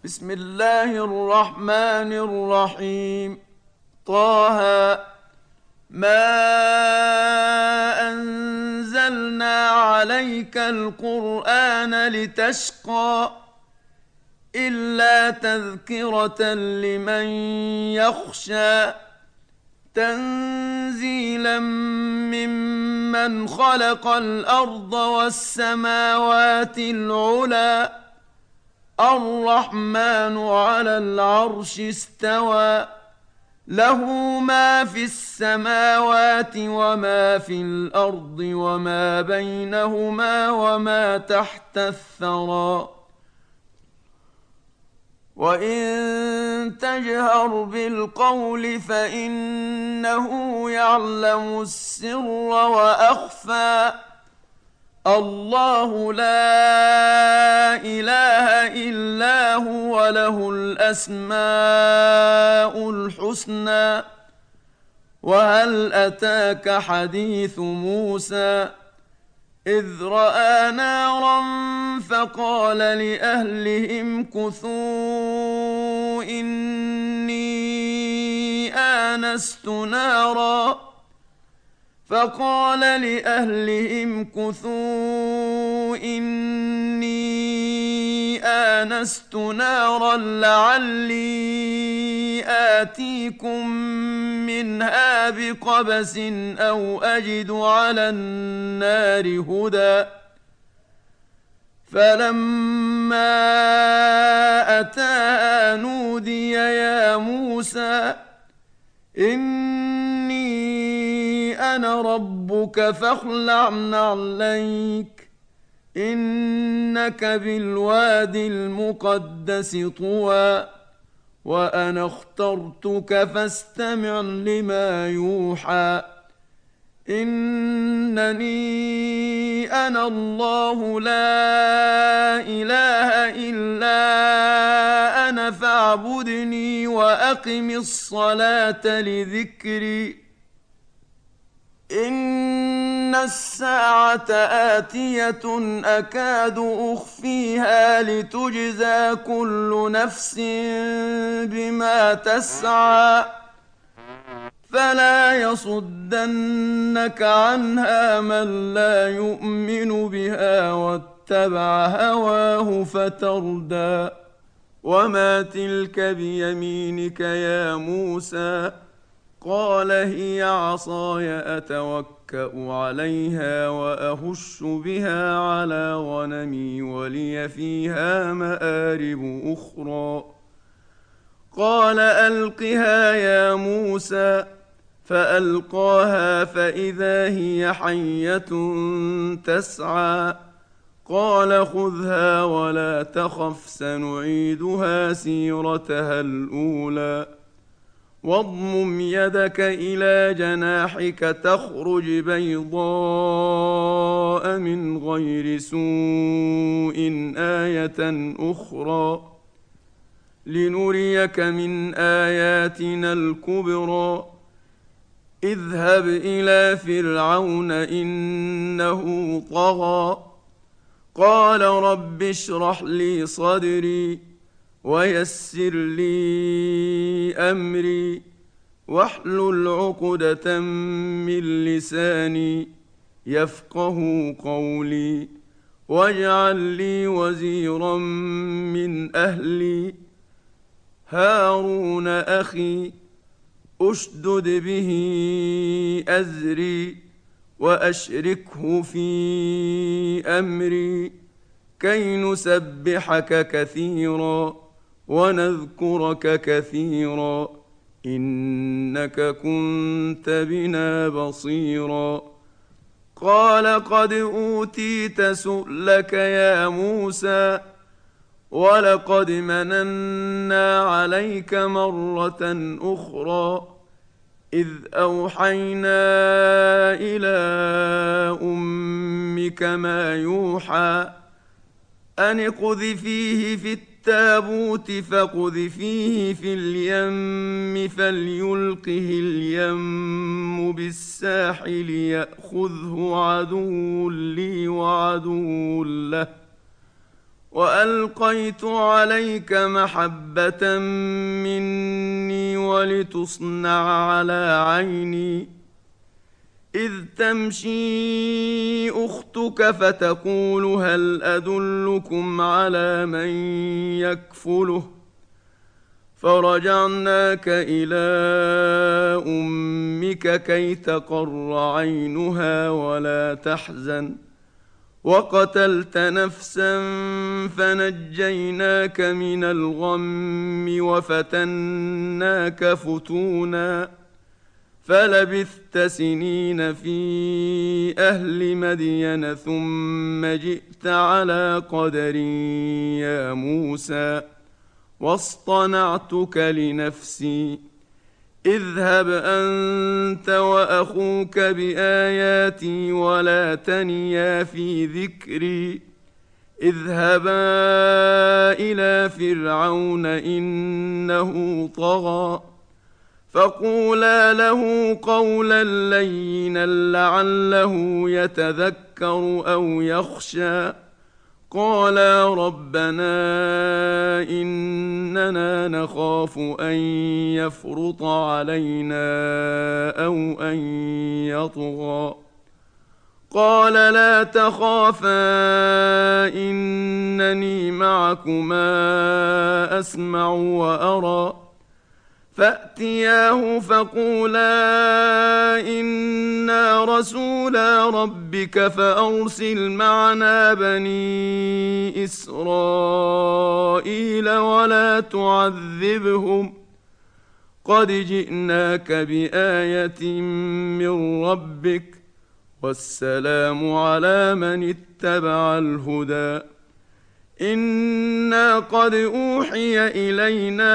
بسم الله الرحمن الرحيم. طه. ما أنزلنا عليك القرآن لتشقى إلا تذكرة لمن يخشى تنزيلا ممن خلق الأرض والسماوات العلى الرحمن على العرش استوى له ما في السماوات وما في الأرض وما بينهما وما تحت الثرى وإن تجهر بالقول فإنه يعلم السر وأخفى الله لا إله إلا هو له الأسماء الحسنى وهل أتاك حديث موسى إذ رأى نارا فقال لأهلهم كثوا إني آنست نارا لعلي آتيكم منها بقبس أو أجد على النار هدى فلما أتاها نودي يا موسى إني أنا ربك فاخلع نعليك إنك بالواد المقدس طوى وأنا اخترتك فاستمع لما يوحى إنني أنا الله لا إله إلا أنا فاعبدني وأقم الصلاة لذكري إن الساعة آتية أكاد أخفيها لتجزى كل نفس بما تسعى فلا يصدنك عنها من لا يؤمن بها واتبع هواه فتردى وما تلك بيمينك يا موسى قال هي عصاي أتوكأ عليها وأهش بها على غنمي ولي فيها مآرب أخرى قال ألقها يا موسى فألقاها فإذا هي حية تسعى قال خذها ولا تخف سنعيدها سيرتها الأولى واضمم يدك إلى جناحك تخرج بيضاء من غير سوء آية أخرى لنريك من آياتنا الكبرى اذهب إلى فرعون إنه طغى قال رب اشرح لي صدري ويسر لي أمري واحلل عقدة من لساني يفقه قولي واجعل لي وزيرا من أهلي هارون أخي أشدد به أزري وأشركه في أمري كي نسبحك كثيرا ونذكرك كثيرا إنك كنت بنا بصيرا قال قد أوتيت سؤلك يا موسى ولقد مننا عليك مرة أخرى إذ أوحينا إلى أمك ما يوحى أن اقذفيه في التابوت فاقذفيه في اليم فليلقه اليم بالساحل يأخذه عدو لي وعدو له وألقيت عليك محبة مني ولتصنع على عيني إذ تمشي أختك فتقول هل أدلكم على من يكفله فرجعناك إلى أمك كي تقر عينها ولا تحزن وقتلت نفسا فنجيناك من الغم وفتناك فتونا فلبثت سنين في أهل مدين ثم جئت على قدر يا موسى واصطنعتك لنفسي اذهب أنت وأخوك بآياتي ولا تنيا في ذكري اذهبا إلى فرعون إنه طغى فقولا له قولا لينا لعله يتذكر أو يخشى قالا ربنا إننا نخاف أن يفرط علينا أو أن يطغى قال لا تخافا إنني معكما أسمع وأرى فأتياه فقولا إنا رسولا ربك فأرسل معنا بني إسرائيل ولا تعذبهم قد جئناك بآية من ربك والسلام على من اتبع الهدى إنا قد أوحي إلينا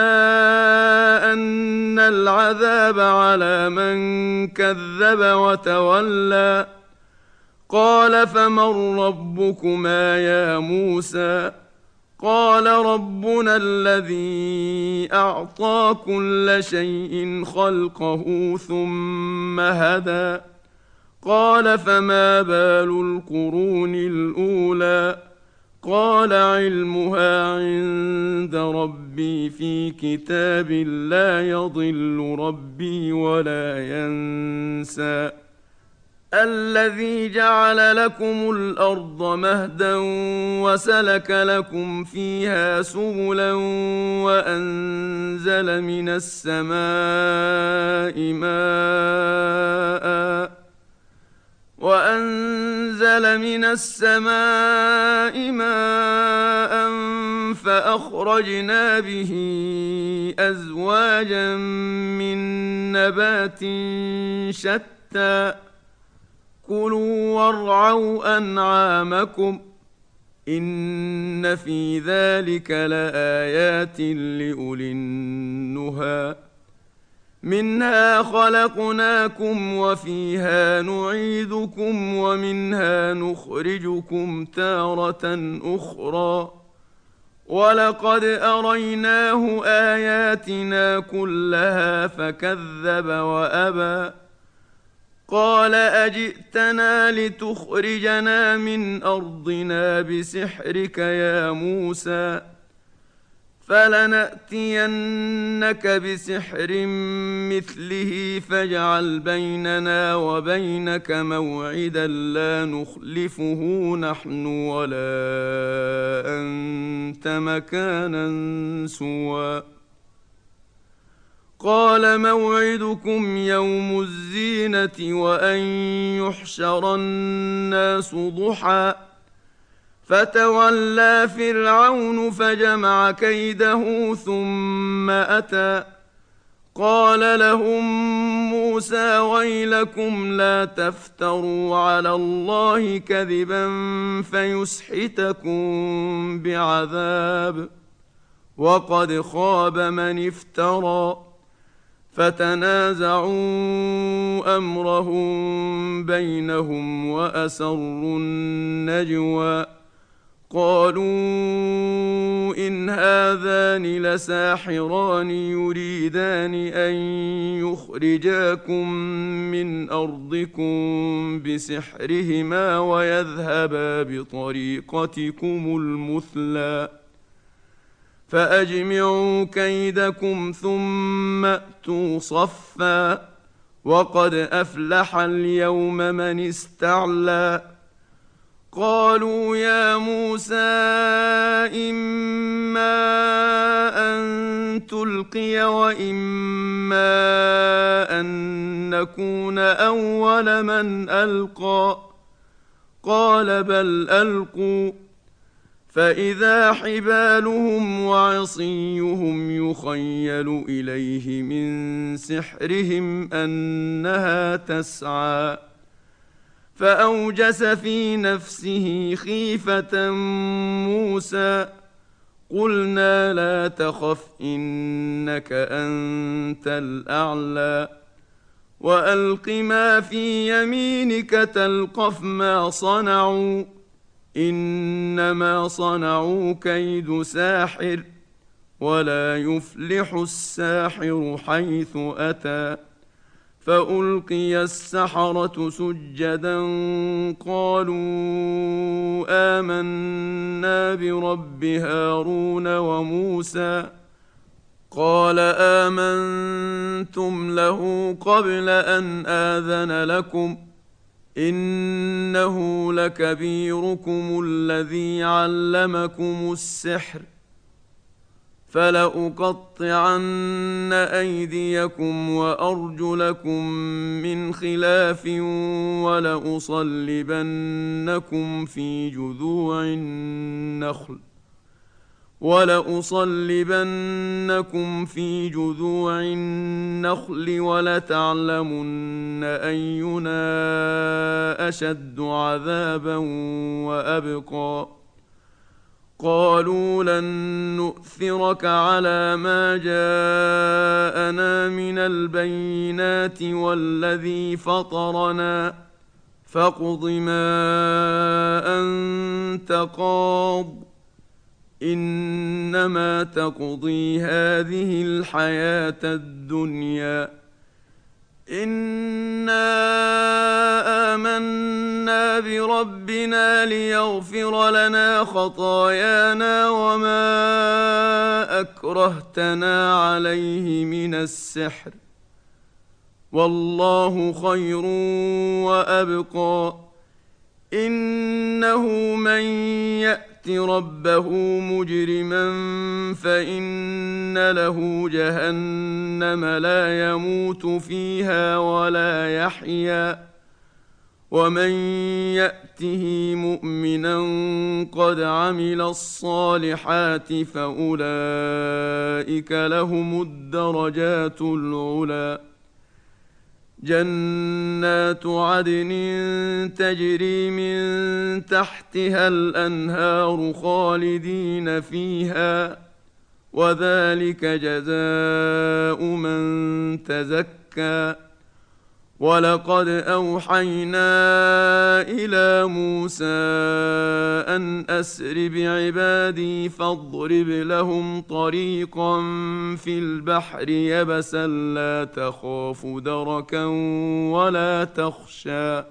أن العذاب على من كذب وتولى قال فمن ربكما يا موسى قال ربنا الذي أعطى كل شيء خلقه ثم هدى قال فما بال القرون الأولى قال علمها عند ربي في كتاب لا يضل ربي ولا ينسى الذي جعل لكم الأرض مهدا وسلك لكم فيها سبلا وأنزل من السماء ماء فأخرجنا به أزواجا من نبات شتى كلوا وارعوا أنعامكم إن في ذلك لآيات لأولي النهى منها خلقناكم وفيها نعيدكم ومنها نخرجكم تارة أخرى ولقد أريناه آياتنا كلها فكذب وأبى قال أجئتنا لتخرجنا من أرضنا بسحرك يا موسى فلنأتينك بسحر مثله فاجعل بيننا وبينك موعدا لا نخلفه نحن ولا أنت مكانا سوى قال موعدكم يوم الزينة وأن يحشر الناس ضحى فتولى فرعون فجمع كيده ثم أتى قال لهم موسى ويلكم لا تفتروا على الله كذبا فيسحتكم بعذاب وقد خاب من افترى فتنازعوا أمرهم بينهم وأسروا النجوى قالوا إن هذان لساحران يريدان أن يخرجاكم من أرضكم بسحرهما ويذهبا بطريقتكم المثلى فأجمعوا كيدكم ثم أتوا صفا وقد أفلح اليوم من استعلى قالوا يا موسى إما أن تلقي وإما أن نكون أول من ألقى قال بل ألقوا فإذا حبالهم وعصيهم يخيل إليه من سحرهم أنها تسعى فأوجس في نفسه خيفة موسى قلنا لا تخف إنك أنت الأعلى وألق ما في يمينك تلقف ما صنعوا إنما صنعوا كيد ساحر ولا يفلح الساحر حيث أتى فألقي السحرة سجدا قالوا آمنا برب هارون وموسى قال آمنتم له قبل أن آذن لكم إنه لكبيركم الذي علمكم السحر فلأقطعن أيديكم وأرجلكم من خلاف ولأصلبنكم في جذوع النخل ولتعلمن أينا أشد عذابا وأبقى قالوا لن نؤثرك على ما جاءنا من البينات والذي فطرنا فاقض ما أنت قاض إنما تقضي هذه الحياة الدنيا إنا آمنا بربنا ليغفر لنا خطايانا وما أكرهتنا عليه من السحر والله خير وأبقى إنه من يأت ربه مجرما فإن له جهنم لا يموت فيها ولا يحيا ومن يأته مؤمنا قد عمل الصالحات فأولئك لهم الدرجات العلى جنات عدن تجري من تحتها الأنهار خالدين فيها وذلك جزاء من تزكى ولقد أوحينا إلى موسى أن أسر بعبادي فاضرب لهم طريقا في البحر يبسا لا تخاف دركا ولا تخشى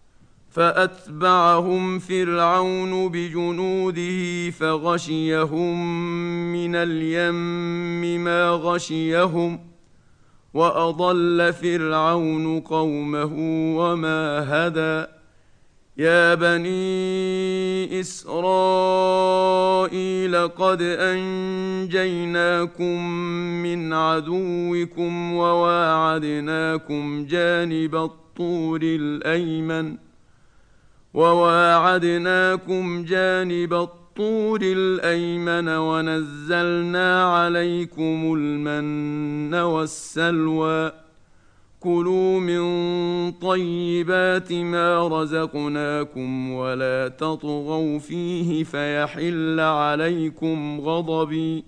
فأتبعهم فرعون بجنوده فغشيهم من اليم ما غشيهم وأضل فرعون قومه وما هدى يا بني إسرائيل قد أنجيناكم من عدوكم وواعدناكم جانب الطور الأيمن ونزلنا عليكم المن والسلوى كلوا من طيبات ما رزقناكم ولا تطغوا فيه فيحل عليكم غضبي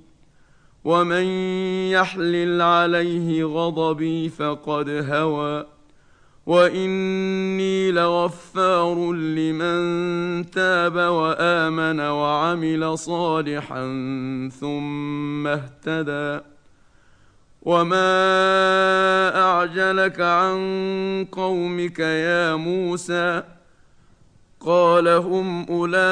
ومن يحلل عليه غضبي فقد هوى وإني لغفار لمن تاب وآمن وعمل صالحا ثم اهتدى. وما أعجلك عن قومك يا موسى؟ قال هم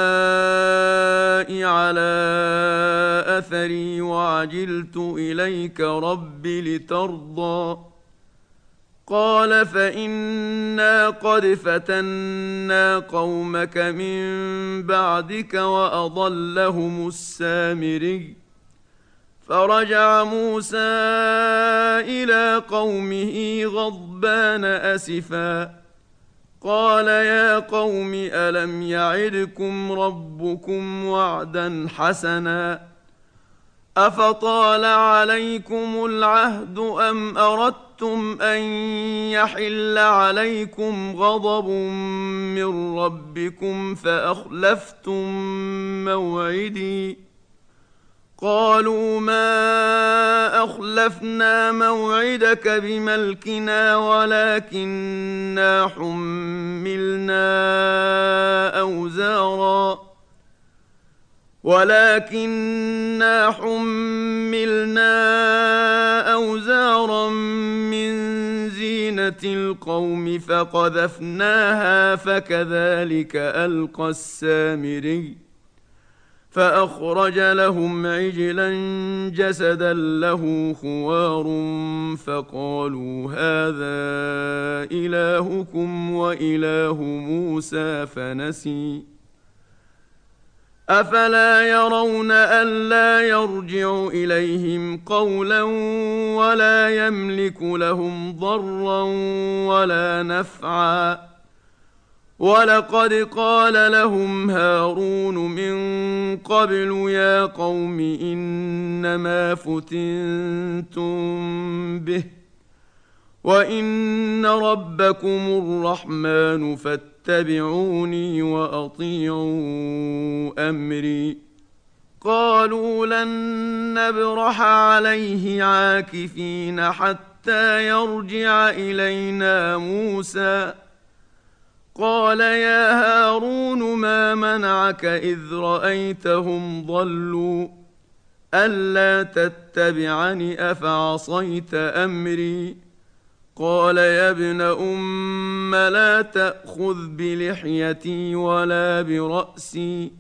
أولئك على أثري وعجلت إليك رب لترضى. قال فإنا قد فتنا قومك من بعدك وأضلهم السامري. فرجع موسى إلى قومه غضبان أسفا قال يا قوم ألم يعدكم ربكم وعدا حسنا أفطال عليكم العهد أم أردتم أن يحل عليكم غضب من ربكم فأخلفتم موعدي؟ قالوا ما أخلفنا موعدك بملكنا ولكننا حملنا أوزارا من زينة القوم فقذفناها فكذلك ألقى السامري. فأخرج لهم عجلا جسدا له خوار فقالوا هذا إلهكم وإله موسى فنسي. أفلا يرون ألا يرجع إليهم قولا ولا يملك لهم ضرا ولا نفعا؟ ولقد قال لهم هارون من قبل يا قوم إنما فتنتم به وإن ربكم الرحمن فاتبعوني وأطيعوا أمري. قالوا لن نبرح عليه عاكفين حتى يرجع إلينا موسى. قال يا هارون ما منعك إذ رأيتهم ضلوا ألا تتبعني أفعصيت أمري؟ قال يا ابن أم لا تأخذ بلحيتي ولا برأسي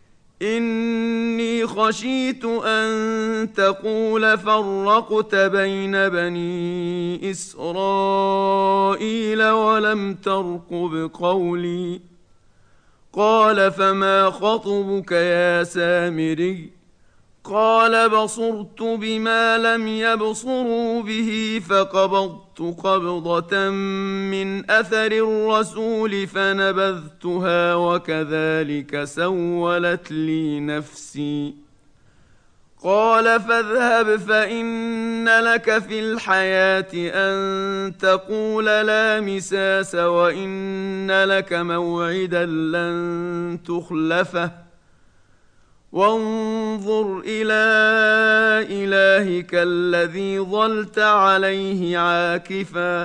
إني خشيت أن تقول فرقت بين بني إسرائيل ولم ترقب قولي. قال فما خطبك يا سامري؟ قال بصرت بما لم يبصروا به فقبضت قبضة من أثر الرسول فنبذتها وكذلك سولت لي نفسي. قال فاذهب فإن لك في الحياة أن تقول لا مساس وإن لك موعدا لن تخلفه وانظر إلى إلهك الذي ظلت عليه عاكفا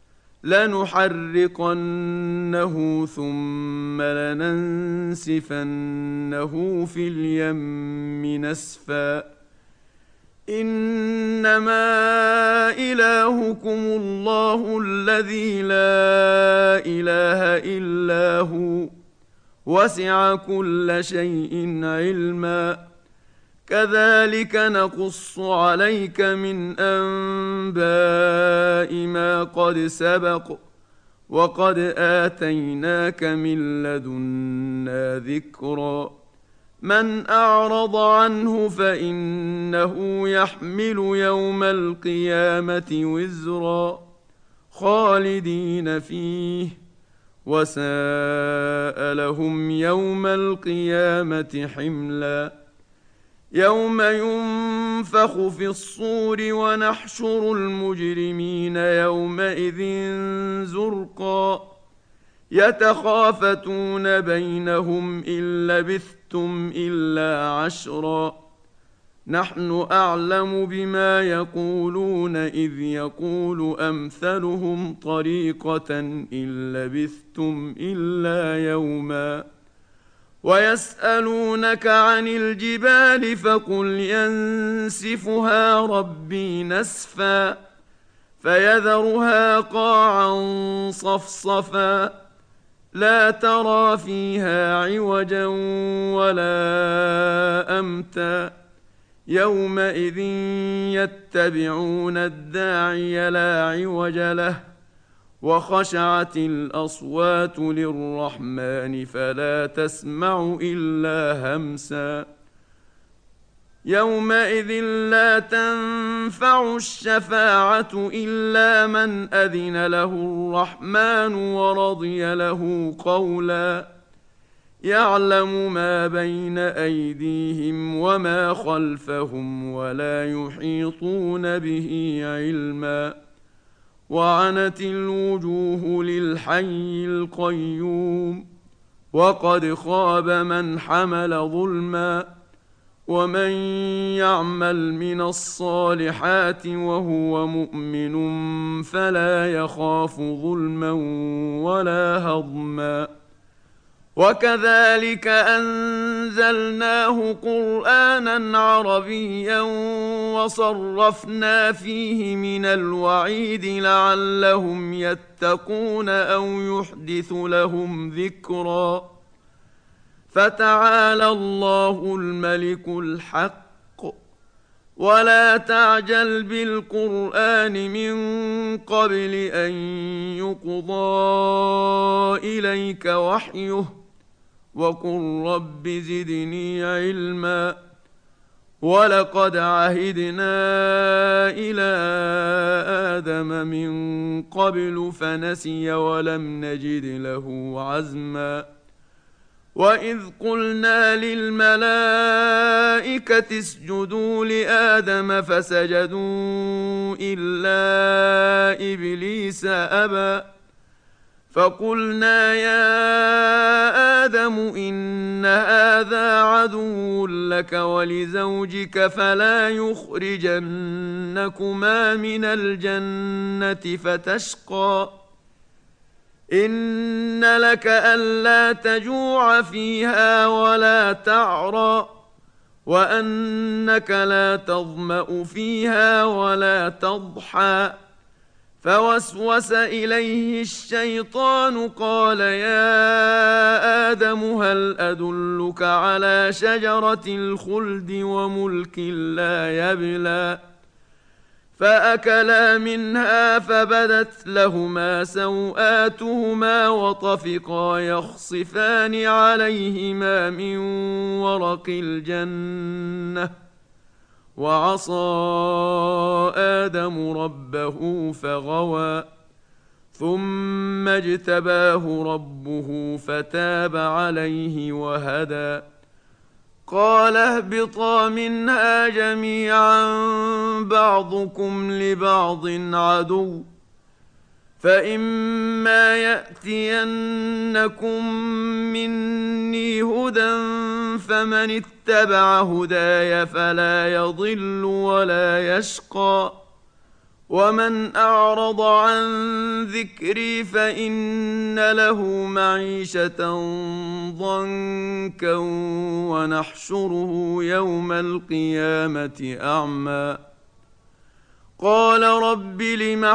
لنحرقنه ثم لننسفنه في اليم نسفا. إنما إلهكم الله الذي لا إله إلا هو وسع كل شيء علما كذلك نقص عليك من أنباء ما قد سبق وقد آتيناك من لدنا ذكرا. من أعرض عنه فإنه يحمل يوم القيامة وزرا خالدين فيه وساء لهم يوم القيامة حملا. يوم ينفخ في الصور ونحشر المجرمين يومئذ زرقا يتخافتون بينهم إن لبثتم إلا عشرا نحن أعلم بما يقولون إذ يقول أمثلهم طريقة إن لبثتم إلا يوما ويسألونك عن الجبال فقل ينسفها ربي نسفا فيذرها قاعا صفصفا لا ترى فيها عوجا ولا أمتا يومئذ يتبعون الداعي لا عوج له وخشعت الأصوات للرحمن فلا تسمع إلا همسا يومئذ لا تنفع الشفاعة إلا من أذن له الرحمن ورضي له قولا يعلم ما بين أيديهم وما خلفهم ولا يحيطون به علما وعنت الوجوه للحي القيوم وقد خاب من حمل ظلما ومن يعمل من الصالحات وهو مؤمن فلا يخاف ظلما ولا هضما وكذلك أنزلناه قرآنا عربيا وصرفنا فيه من الوعيد لعلهم يتقون أو يحدث لهم ذكرا فتعالى الله الملك الحق ولا تعجل بالقرآن من قبل أن يقضى إليك وحيه وقل رب زدني علما ولقد عهدنا إلى آدم من قبل فنسي ولم نجد له عزما وإذ قلنا للملائكة اسجدوا لآدم فسجدوا إلا إبليس أبى فقلنا يا آدم إن هذا عدو لك ولزوجك فلا يخرجنكما من الجنة فتشقى إن لك ألا تجوع فيها ولا تعرى وأنك لا تظمأ فيها ولا تضحى فوسوس إليه الشيطان قال يا آدم هل أدلك على شجرة الخلد وملك لا يبلى فأكلا منها فبدت لهما سوآتهما وطفقا يخصفان عليهما من ورق الجنة وعصى آدم ربه فغوى ثم اجتباه ربه فتاب عليه وهدى قال اهبطا منها جميعا بعضكم لبعض عدو فإما يأتينكم مني هدى فمن اتبع هداي فلا يضل ولا يشقى ومن أعرض عن ذكري فإن له معيشة ضنكا ونحشره يوم القيامة أعمى قال رب لم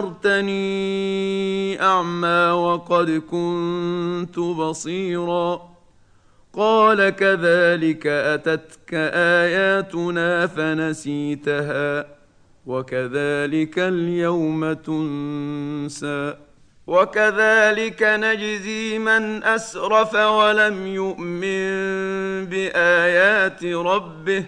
حشرتني أعمى وقد كنت بصيرا قال كذلك أتتك آياتنا فنسيتها وكذلك اليوم تنسى وكذلك نجزي من أسرف ولم يؤمن بآيات ربه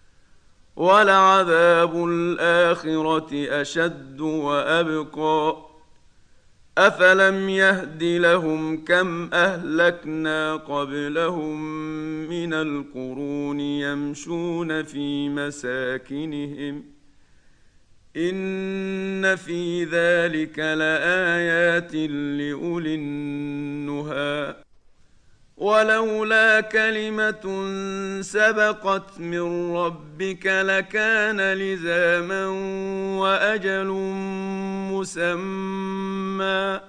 ولعذاب الآخرة أشد وأبقى أفلم يهد لهم كم أهلكنا قبلهم من القرون يمشون في مساكنهم إن في ذلك لآيات لأولي النهى ولولا كلمة سبقت من ربك لكان لزاما وأجل مسمى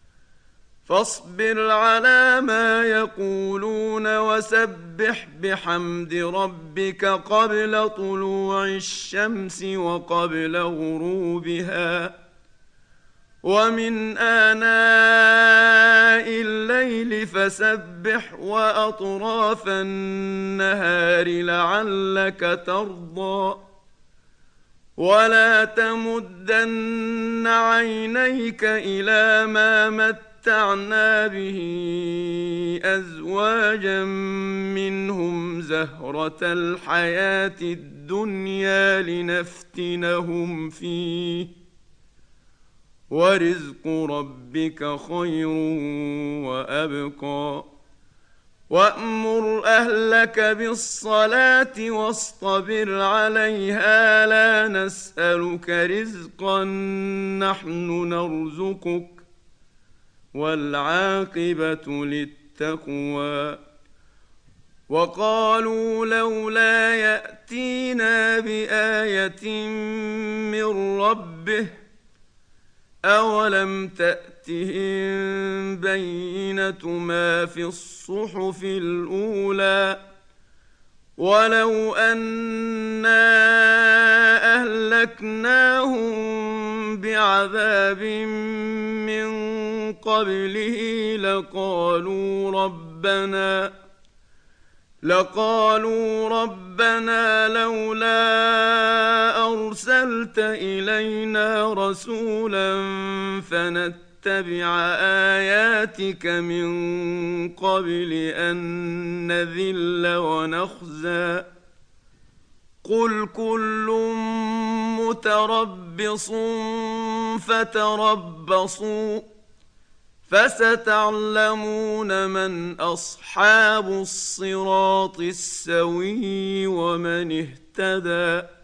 فاصبر على ما يقولون وسبح بحمد ربك قبل طلوع الشمس وقبل غروبها ومن آناء الليل فسبح وأطراف النهار لعلك ترضى ولا تمدن عينيك إلى ما متعنا به أزواجا منهم زهرة الحياة الدنيا لنفتنهم فيه ورزق ربك خير وأبقى وأمر أهلك بالصلاة واصطبر عليها لا نسألك رزقا نحن نرزقك والعاقبة للتقوى وقالوا لولا يأتينا بآية من ربه أولم تأتهم بينة ما في الصحف الأولى ولو أنا أهلكناهم بعذاب من قبله لقالوا ربنا لولا أرسلت إلينا رسولا فنتبع آياتك من قبل أن نذل ونخزى قل كل متربص فتربصوا فستعلمون من أصحاب الصراط السوي ومن اهتدى